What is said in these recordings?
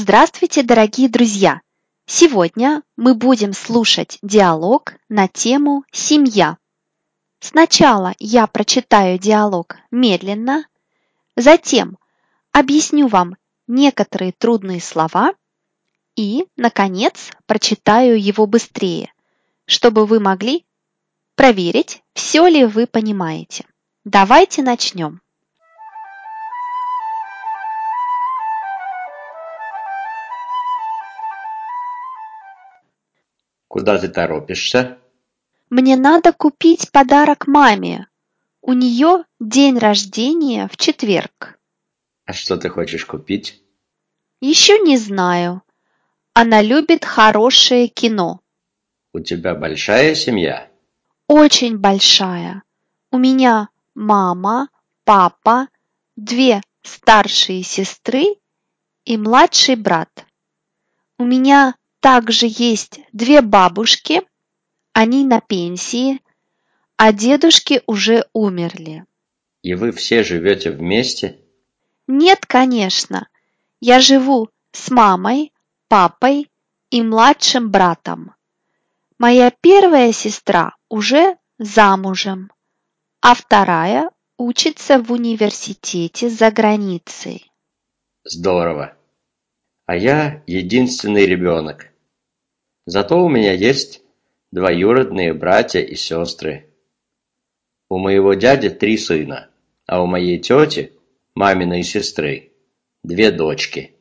Здравствуйте, дорогие друзья! Сегодня мы будем слушать диалог на тему «Семья». Сначала я прочитаю диалог медленно, затем объясню вам некоторые трудные слова и, наконец, прочитаю его быстрее, чтобы вы могли проверить, все ли вы понимаете. Давайте начнем. Куда ты торопишься? Мне надо купить подарок маме. У нее день рождения в четверг. А что ты хочешь купить? Еще не знаю. Она любит хорошее кино. У тебя большая семья? Очень большая. У меня мама, папа, 2 старшие сестры и младший брат. У меня также есть 2 бабушки, они на пенсии, а дедушки уже умерли. И вы все живете вместе? Нет, конечно. Я живу с мамой, папой и младшим братом. Моя первая сестра уже замужем, а вторая учится в университете за границей. Здорово. А я единственный ребенок. Зато у меня есть двоюродные братья и сестры. У моего дяди 3 сына, а у моей тети, маминой сестры, 2 дочки.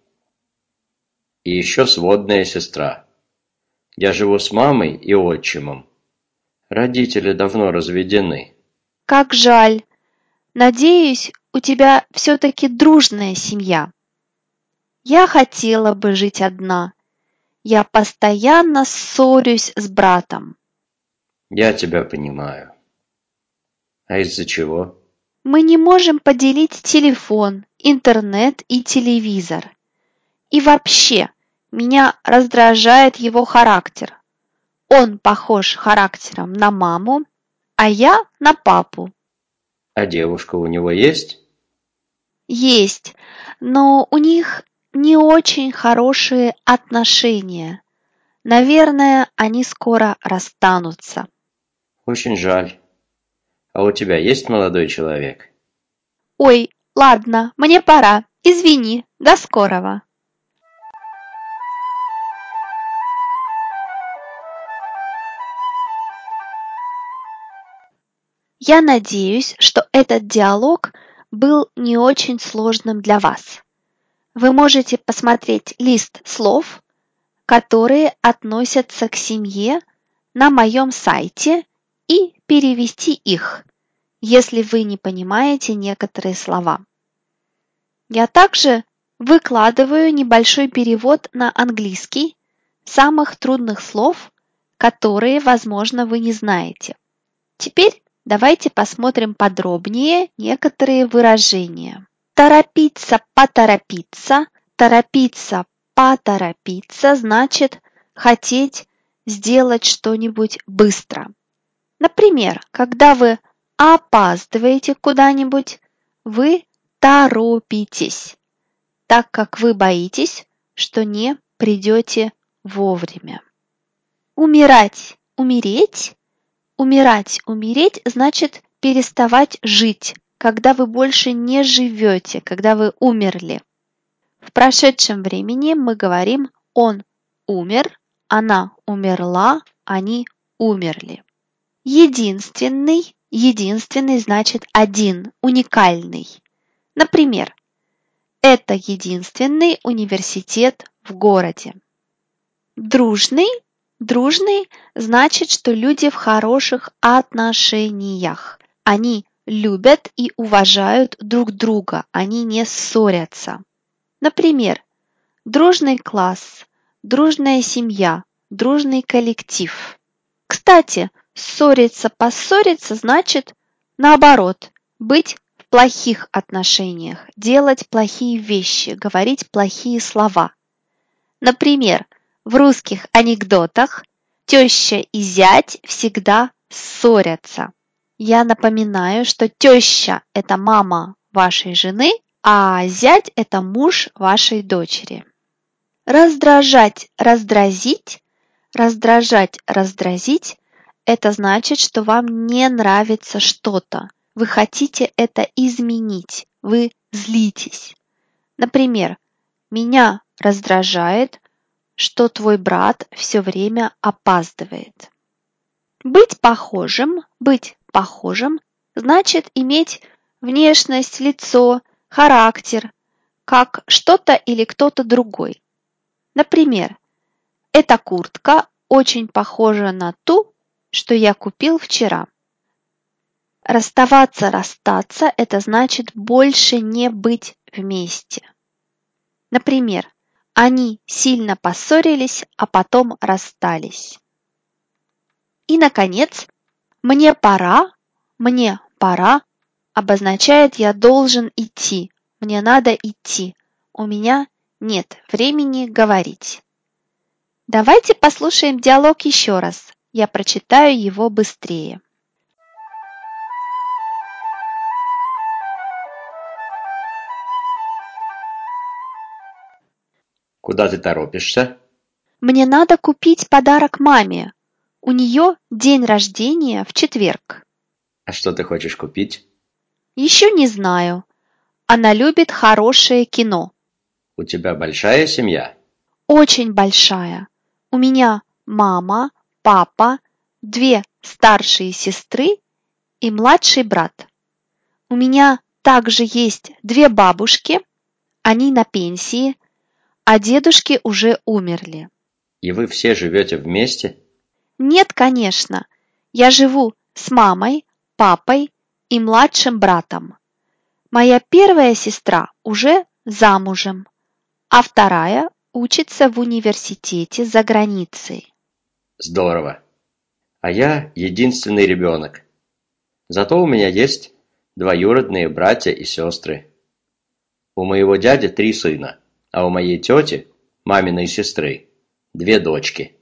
И еще сводная сестра. Я живу с мамой и отчимом. Родители давно разведены. Как жаль. Надеюсь, у тебя все-таки дружная семья. Я хотела бы жить одна. Я постоянно ссорюсь с братом. Я тебя понимаю. А из-за чего? Мы не можем поделить телефон, интернет и телевизор. И вообще, меня раздражает его характер. Он похож характером на маму, а я на папу. А девушка у него есть? Есть, но у них не очень хорошие отношения. Наверное, они скоро расстанутся. Очень жаль. А у тебя есть молодой человек? Ой, ладно, мне пора. Извини, до скорого. Я надеюсь, что этот диалог был не очень сложным для вас. Вы можете посмотреть лист слов, которые относятся к семье на моем сайте и перевести их, если вы не понимаете некоторые слова. Я также выкладываю небольшой перевод на английский самых трудных слов, которые, возможно, вы не знаете. Теперь давайте посмотрим подробнее некоторые выражения. Торопиться, поторопиться значит хотеть сделать что-нибудь быстро. Например, когда вы опаздываете куда-нибудь, вы торопитесь, так как вы боитесь, что не придете вовремя. Умереть значит переставать жить, когда вы больше не живете, когда вы умерли. В прошедшем времени мы говорим «он умер», «она умерла», «они умерли». Единственный значит один, уникальный. Например, это единственный университет в городе. Дружный значит, что люди в хороших отношениях. Они любят и уважают друг друга, они не ссорятся. Например, дружный класс, дружная семья, дружный коллектив. Кстати, поссориться значит наоборот, быть в плохих отношениях, делать плохие вещи, говорить плохие слова. Например, в русских анекдотах теща и зять всегда ссорятся. Я напоминаю, что теща– это мама вашей жены, а зять– это муж вашей дочери. Раздражать, раздразить, раздражать, раздразить – это значит, что вам не нравится что-то. Вы хотите это изменить. Вы злитесь. Например, меня раздражает, что твой брат все время опаздывает. Быть похожим значит иметь внешность, лицо, характер, как что-то или кто-то другой. Например, эта куртка очень похожа на ту, что я купил вчера. Расстаться – это значит больше не быть вместе. Например, они сильно поссорились, а потом расстались. И, наконец, мне пора обозначает «я должен идти», «мне надо идти», «у меня нет времени говорить». Давайте послушаем диалог еще раз. Я прочитаю его быстрее. Куда ты торопишься? Мне надо купить подарок маме. У нее день рождения в четверг. А что ты хочешь купить? Еще не знаю. Она любит хорошее кино. У тебя большая семья? Очень большая. У меня мама, папа, 2 старшие сестры и младший брат. У меня также есть 2 бабушки, они на пенсии, а дедушки уже умерли. И вы все живете вместе? Нет, конечно. Я живу с мамой, папой и младшим братом. Моя первая сестра уже замужем, а вторая учится в университете за границей. Здорово. А я единственный ребенок. Зато у меня есть двоюродные братья и сестры. У моего дяди 3 сына, а у моей тети, маминой сестры, 2 дочки.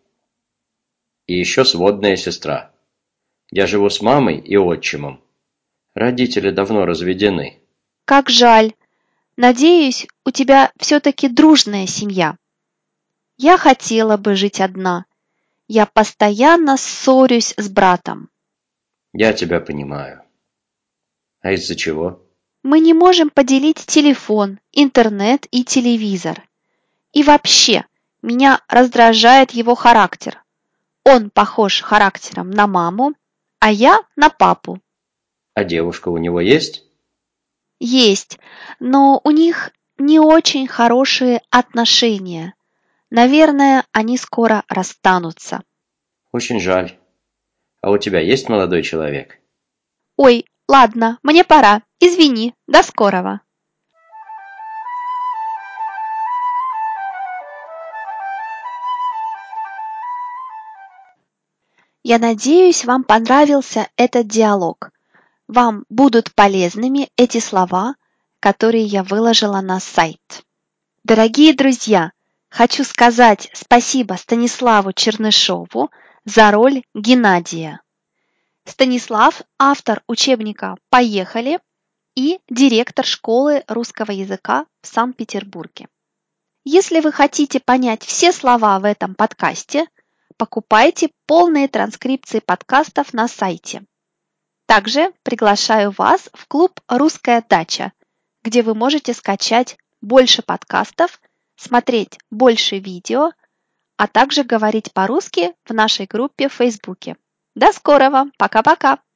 И еще сводная сестра. Я живу с мамой и отчимом. Родители давно разведены. Как жаль. Надеюсь, у тебя все-таки дружная семья. Я хотела бы жить одна. Я постоянно ссорюсь с братом. Я тебя понимаю. А из-за чего? Мы не можем поделить телефон, интернет и телевизор. И вообще, меня раздражает его характер. Он похож характером на маму, а я на папу. А девушка у него есть? Есть, но у них не очень хорошие отношения. Наверное, они скоро расстанутся. Очень жаль. А у тебя есть молодой человек? Ой, ладно, мне пора. Извини, до скорого. Я надеюсь, вам понравился этот диалог. Вам будут полезными эти слова, которые я выложила на сайт. Дорогие друзья, хочу сказать спасибо Станиславу Чернышову за роль Геннадия. Станислав – автор учебника «Поехали» и директор школы русского языка в Санкт-Петербурге. Если вы хотите понять все слова в этом подкасте, покупайте полные транскрипции подкастов на сайте. Также приглашаю вас в клуб «Русская дача», где вы можете скачать больше подкастов, смотреть больше видео, а также говорить по-русски в нашей группе в Фейсбуке. До скорого! Пока-пока!